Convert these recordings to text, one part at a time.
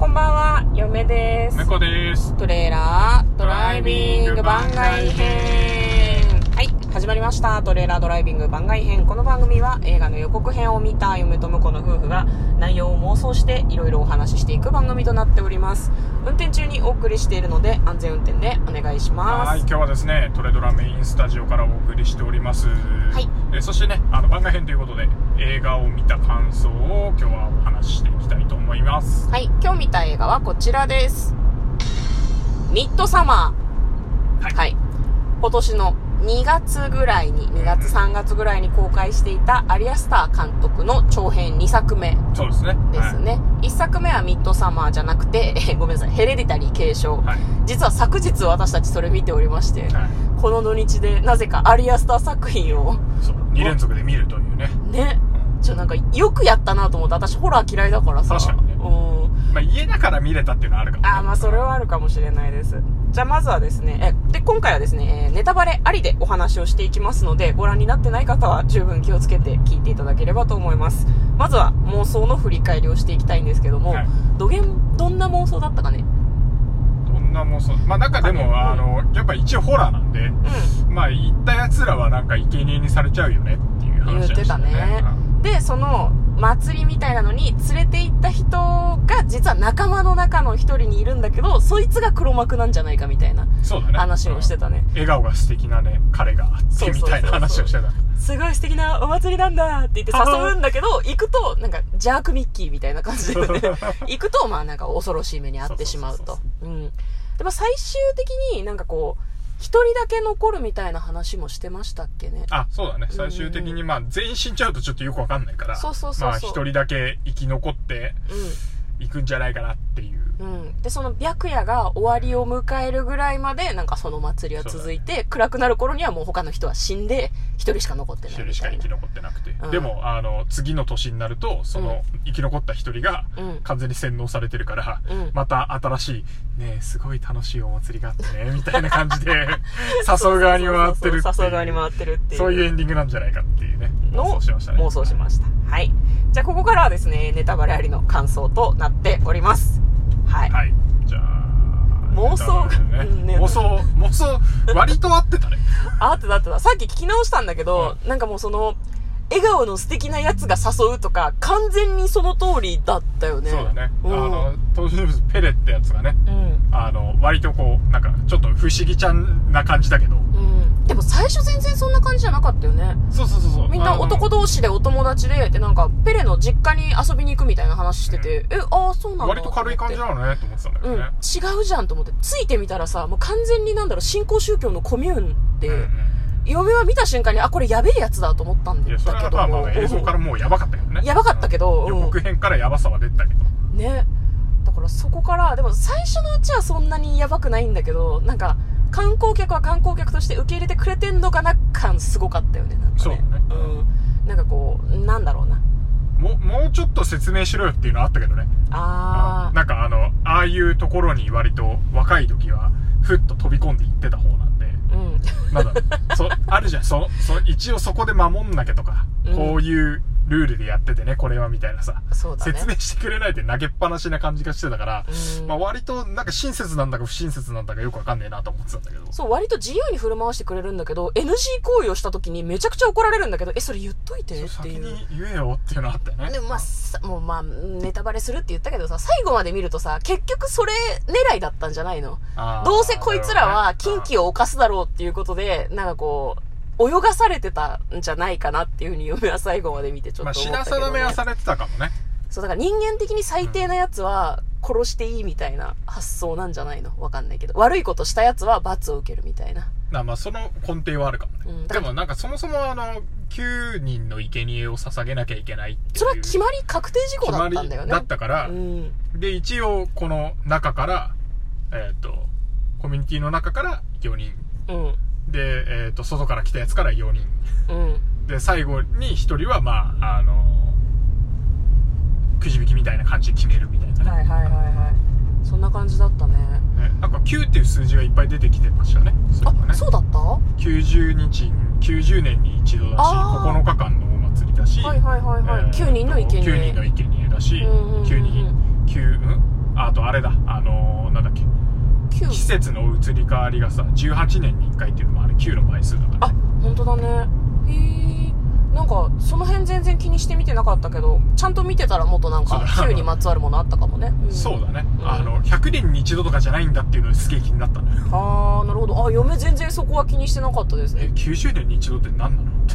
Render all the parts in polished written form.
こんばんは、嫁です。 猫です。 トレーラードライビング番外編。はい、始まりました。トレーラードライビング番外編。この番組は映画の予告編を見た嫁と婿の夫婦が内容を妄想していろいろお話ししていく番組となっております。運転中にお送りしているので安全運転でお願いします。 はい、今日はですね、トレドラメインスタジオからお送りしております。 はい。 そしてね、番外編ということで映画を見た感想を今日はお話ししていきたいと思います。 はい、今日見た映画はこちらです。ミッドサマー。はい。今年の2月3月ぐらいに公開していたアリアスター監督の長編2作目そうですね。 ですね。1作目はミッドサマーじゃなくて、ごめんなさい、ヘレディタリー継承。 はい、 実は昨日私たちそれ見ておりまして、はい、この土日でなぜかアリアスター作品をそう2連続で見るというね。 ね。なんかよくやったなと思って、私ホラー嫌いだからさ。 確かにね。まあ、家だから見れたっていうのはあるかも、ね。 まあそれはあるかもしれないです。じゃあまずはですね、で今回はですね、ネタバレありでお話をしていきますので、ご覧になってない方は十分気をつけて聞いていただければと思います。まずは妄想の振り返りをしていきたいんですけども、はい、どんな妄想だったかね。 どんな妄想、まあなんかでも、やっぱ一応ホラーなんで、まあ言った奴らはなんか生贄にされちゃうよねっていう話でしたね。 言ってたね。で、その祭りみたいなのに連れて行った人が実は仲間の中の一人にいるんだけど、そいつが黒幕なんじゃないかみたいな話をしてたね。 笑顔が素敵なね、彼があってみたいな話をしてた。 すごい素敵なお祭りなんだって言って誘うんだけど、行くとなんかジャークミッキーみたいな感じで、ね、行くとまあなんか恐ろしい目に遭ってしまうと。でも最終的になんかこう一人だけ残るみたいな話もしてましたっけね。 そうだね。最終的にまあ全員死んじゃうとちょっとよくわかんないから、まあ一人だけ生き残っていくんじゃないかなっていう。 で、その白夜が終わりを迎えるぐらいまでなんかその祭りは続いて、暗くなる頃にはもう他の人は死んで一人しか残ってないみたいな。 一人しか生き残ってなくて、でも次の年になるとその生き残った一人が完全に洗脳されてるから、また新しいね、すごい楽しいお祭りがあってねみたいな感じで誘う側に回ってるっていう、そういうエンディングなんじゃないかっていうね、妄想しましたね。 妄想しました。はい。じゃあここからはですね、ネタバレありの感想となっております。はい。 はい。じゃあ妄想、 妄想割と合ってたね。 合ってた。さっき聞き直したんだけど、なんかもうその笑顔の素敵なやつが誘うとか完全にその通りだったよね。 そうだね。登場人物ペレってやつがね、割とこうなんかちょっと不思議ちゃんな感じだけど、 でも最初全然そんな感じじゃなかったよね。 そう。 みんな男同士でお友達で、なんかペレの実家に遊びに行くみたいな話してて、そうなんだ。 割と軽い感じなのねと思ってたんだけどね。 違うじゃんと思って、ついてみたらさ、もう完全に新興宗教のコミューンで、嫁は見た瞬間にこれやべえやつだと思ったんだけど。 それはまあ映像からもうやばかったけどね。 やばかったけど、 予告編からやばさは出たけどね。だからそこからでも最初のうちはそんなにやばくないんだけど、なんか観光客は観光客として受け入れてくれてんのかな感すごかったよね。なんかね。 そうね。 なんかこうなんだろうな。 もうちょっと説明しろよっていうのはあったけどね。なんかああいうところに割と若い時はふっと飛び込んでいってた方なんで。なんだあるじゃん。一応そこで守んなきゃとか、こういうルールでやっててね、これはみたいなさ、説明してくれないで投げっぱなしな感じがしてたから、まあ割となんか親切なんだか不親切なんだかよくわかんねえなと思ってたんだけど。そう、 割と自由に振る舞してくれるんだけど、NG 行為をした時にめちゃくちゃ怒られるんだけど、それ言っといてっていう。 先に言えよっていうのあったよね。 でもまあネタバレするって言ったけどさ、最後まで見るとさ、結局それ狙いだったんじゃないの？どうせこいつらは禁忌を犯すだろうっていうことで、なんかこう泳がされてたんじゃないかなっていう風に嫁は最後まで見てちょっと思ったけど、ね。 品定めはされてたかもね。 そう、だから人間的に最低なやつは殺していいみたいな発想なんじゃないの？わかんないけど。悪いことしたやつは罰を受けるみたいな。 まあその根底はあるかもね。でもなんかそもそも9人の生贄を捧げなきゃいけないっていう。 それは決まり確定事項だったんだよね。 だったから、で、一応この中から、コミュニティの中から4人。で、外から来たやつから4人。で、最後に1人は、まあ、くじ引きみたいな感じで決めるみたいなね。 そんな感じだったね。 なんか9っていう数字がいっぱい出てきてましたね。 そうだった ?90 年に一度だし、9日間のお祭りだし、 9人の生贄。 9人の生贄だし、あとあれだ、なんだっけ、季節の移り変わりがさ18年に1回っていうのもあれ9の倍数だから、 ね、あ、本当だね。へえ。なんかその辺全然気にして見てなかったけど、ちゃんと見てたらもっとなんか9にまつわるものあったかもね。 うん、そうだね、100年に一度とかじゃないんだっていうのすげえ気になったのよ。 ああ、なるほど。あ、嫁全然そこは気にしてなかったですね。 90年に一度って何なのって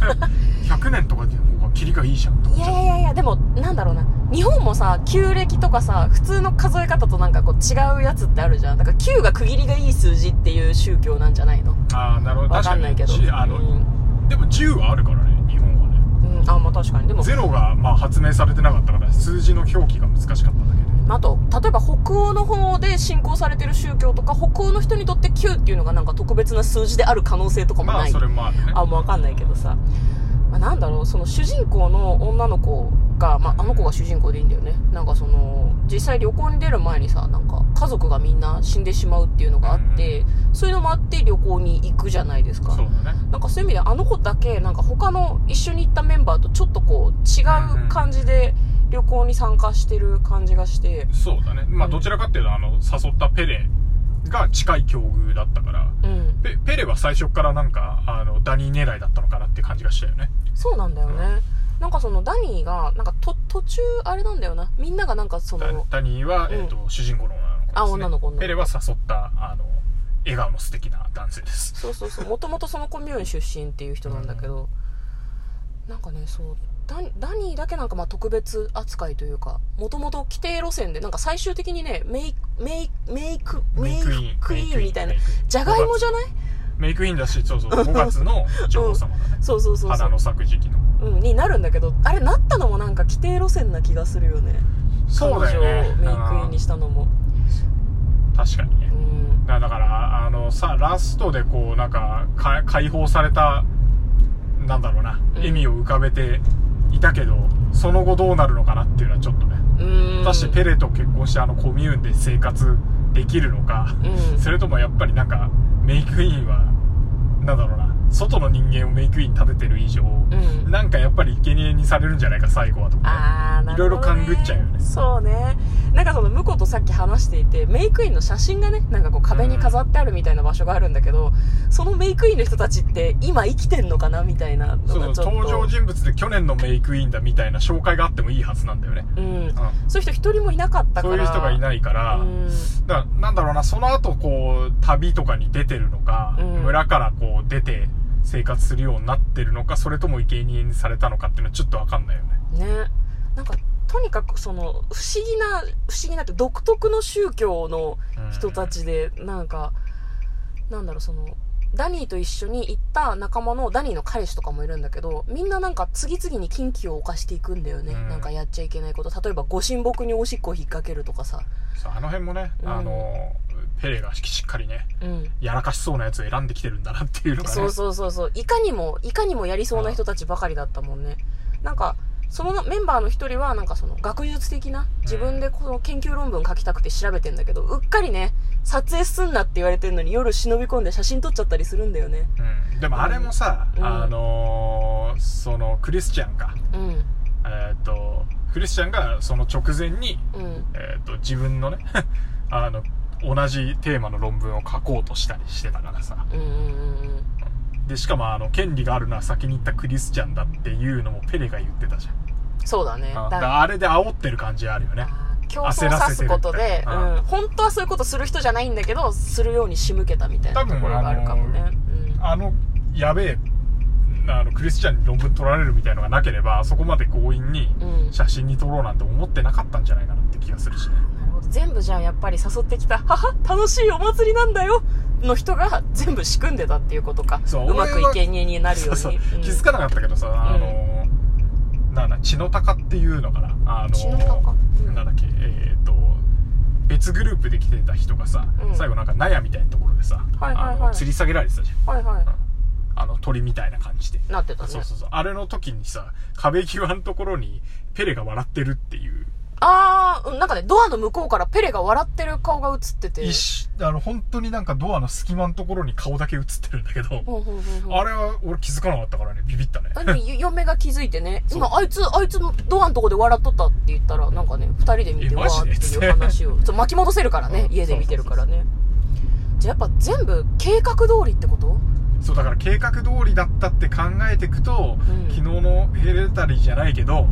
100年とかで方がキリがいいじゃん。 いやいやでもなんだろうな、日本もさ旧暦とかさ普通の数え方となんかこう違うやつってあるじゃん。だから9が区切りがいい数字っていう宗教なんじゃないの。 ああ、なるほど。 わかんないけど、 でも10はあるからね、日本はね。 あ、まあ確かに。でもゼロがまあ発明されてなかったから数字の表記が難しかっただけで。 あと例えば北欧の方で信仰されてる宗教とか、北欧の人にとって9っていうのがなんか特別な数字である可能性とかもない。 まあそれもあるね。 もうわかんないけどさ、なんだろう、その主人公の女の子が、あの子が主人公でいいんだよね。なんかその実際旅行に出る前にさ、なんか家族がみんな死んでしまうっていうのがあって、そういうのもあって旅行に行くじゃないですか。 そうだね。 なんかそういう意味であの子だけなんか他の一緒に行ったメンバーとちょっとこう違う感じで旅行に参加してる感じがして、 そうだね。まあどちらかっていうと誘ったペレが近い境遇だったから、ペレは最初からなんかダニー狙いだったのかなって感じがしたよね。 そうなんだよね。なんかそのダニーがなんか途中あれなんだよな、みんながなんかそのダニーは、主人公の女の子ですね。 ペレは誘った笑顔の素敵な男性です。 そうもともとそのコミューン出身っていう人なんだけど、なんかね、そうダニーだけなんかまあ特別扱いというか、もともと規定路線でなんか最終的にねメイクイーンみたいな、じゃがいもじゃない？ メイクインだし、そう5月の女王様だね。そう花の咲く時期の、 になるんだけど、あれなったのもなんか規定路線な気がするよね。 そうだよね。 メイクインにしたのも確かにね。だからラストでこうなんか解放されたなんだろうな、笑みを浮かべていたけど、その後どうなるのかなっていうのはちょっとね。果たしてペレと結婚してコミューンで生活できるのか、それともやっぱりなんかメイクインはなんだろうな、外の人間をメイクイン立ててる以上、なんかやっぱり生贄にされるんじゃないか最後はとか、いろいろ勘ぐっちゃうよね。 そうね。なんかその向こうとさっき話していて、メイクインの写真がね、なんかこう壁に飾ってあるみたいな場所があるんだけど、そのメイクインの人たちって今生きてんのかなみたいなのがちょっと、 登場人物で去年のメイクインだみたいな紹介があってもいいはずなんだよね。 そういう人一人もいなかったから、 そういう人がいないから、だからなんだろうな、その後こう旅とかに出てるのか、村からこう出て生活するようになってるのか、それとも生贄にされたのかっていうのはちょっと分かんないよね。 なんかとにかくその不思議なって独特の宗教の人たちで、なんかなんだろう、そのダニーと一緒に行った仲間のダニーの彼氏とかもいるんだけど、みんななんか次々に禁忌を犯していくんだよね。なんかやっちゃいけないこと、例えばご神木におしっこを引っ掛けるとかさ。 あの辺もね、ペレがしっかりね、やらかしそうなやつを選んできてるんだなっていうのがね。 そういかにもやりそうな人たちばかりだったもんね。なんかそのメンバーの一人はなんかその学術的な自分でこの研究論文書きたくて調べてんだけど、うっかりね撮影すんなって言われてるのに夜忍び込んで写真撮っちゃったりするんだよね。 でもあれもさ、そのクリスチャンか、クリスチャンがその直前に、自分のね同じテーマの論文を書こうとしたりしてたからさ、でしかも権利があるのは先に言ったクリスチャンだっていうのもペレが言ってたじゃん。 そうだね。 あれで煽ってる感じあるよね。 競争さすことで、本当はそういうことする人じゃないんだけどするように仕向けたみたいなところがあるかもね。 やべえクリスチャンに論文取られるみたいのがなければ、そこまで強引に写真に撮ろうなんて思ってなかったんじゃないかなって気がするしね。 なるほど。全部じゃあやっぱり誘ってきた楽しいお祭りなんだよの人が全部仕組んでたっていうことか。うまく生贄になるように。 気づかなかったけどさ、血の鷹っていうのかな、 血の鷹、 なんだっけ、別グループで来てた人がさ、最後なんか納屋みたいなところでさ、吊り下げられてたじゃん。鳥みたいな感じでなってたね。 あれの時にさ、壁際のところにペレが笑ってるっていうなんかね、ドアの向こうからペレが笑ってる顔が映ってて。 本当になんかドアの隙間のところに顔だけ映ってるんだけど、あれは俺気づかなかったからね、ビビったね。 嫁が気づいてね、今あいつドアのとこで笑っとったって言ったら、なんかね、二人で見てわーっていう話を、巻き戻せるからね、家で見てるからね。じゃあやっぱ全部計画通りってこと？ そうだから計画通りだったって考えていくと、昨日のヘレタリーじゃないけど、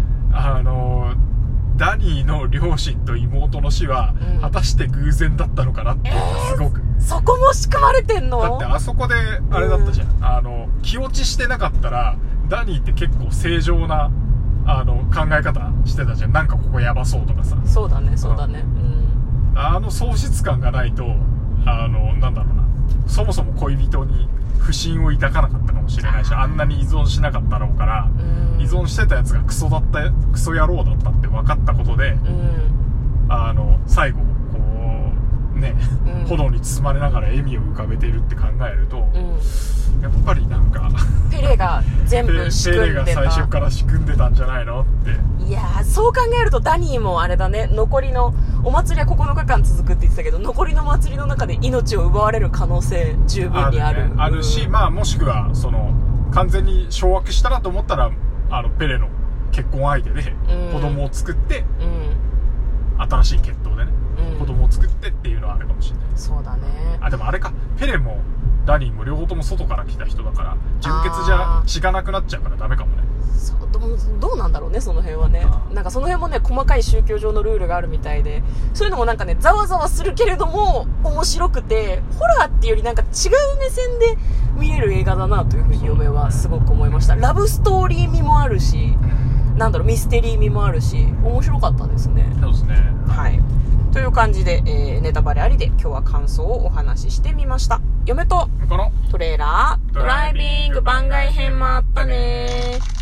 ダニーの両親と妹の死は果たして偶然だったのかなっていうのがすごく、 そこも仕組まれてんの？ だってあそこであれだったじゃん、気落ちしてなかったらダニーって結構正常な考え方してたじゃん。なんかここやばそうとかさ。 そうだねそうだね、 喪失感がないとなんだろうな、そもそも恋人に不信を抱かなかったかもしれないし、あんなに依存しなかったろうから、依存してたやつがクソ野郎だったって分かったことで、最後こうね、炎に包まれながら笑みを浮かべているって考えると、やっぱりなんかペレが全部仕組んでた。 ペレが最初から仕組んでたんじゃないのって。 いやー、そう考えるとダニーもあれだね、残りのお祭りは9日間続くって言ってたけど、残りの祭りの中で命を奪われる可能性十分にある。 あるし、もしくは完全に掌握したなと思ったらペレの結婚相手で子供を作って、新しい血統でね、子供を作ってっていうのはあるかもしれない。 そうだね。 でもあれか、ペレもダニーも両方とも外から来た人だから、純血じゃ血がなくなっちゃうからダメかもね。 どうなんだろうね、その辺はね。なんかその辺もね、細かい宗教上のルールがあるみたいで、そういうのもなんかね、ざわざわするけれども面白くて、ホラーっていうよりなんか違う目線で見れる映画だなというふうに嫁はすごく思いました。ラブストーリー味もあるし、ミステリー味もあるし、面白かったですね。 そうですね。 はい。という感じで、ネタバレありで今日は感想をお話ししてみました。嫁とトレーラードライビング番外編もあったね。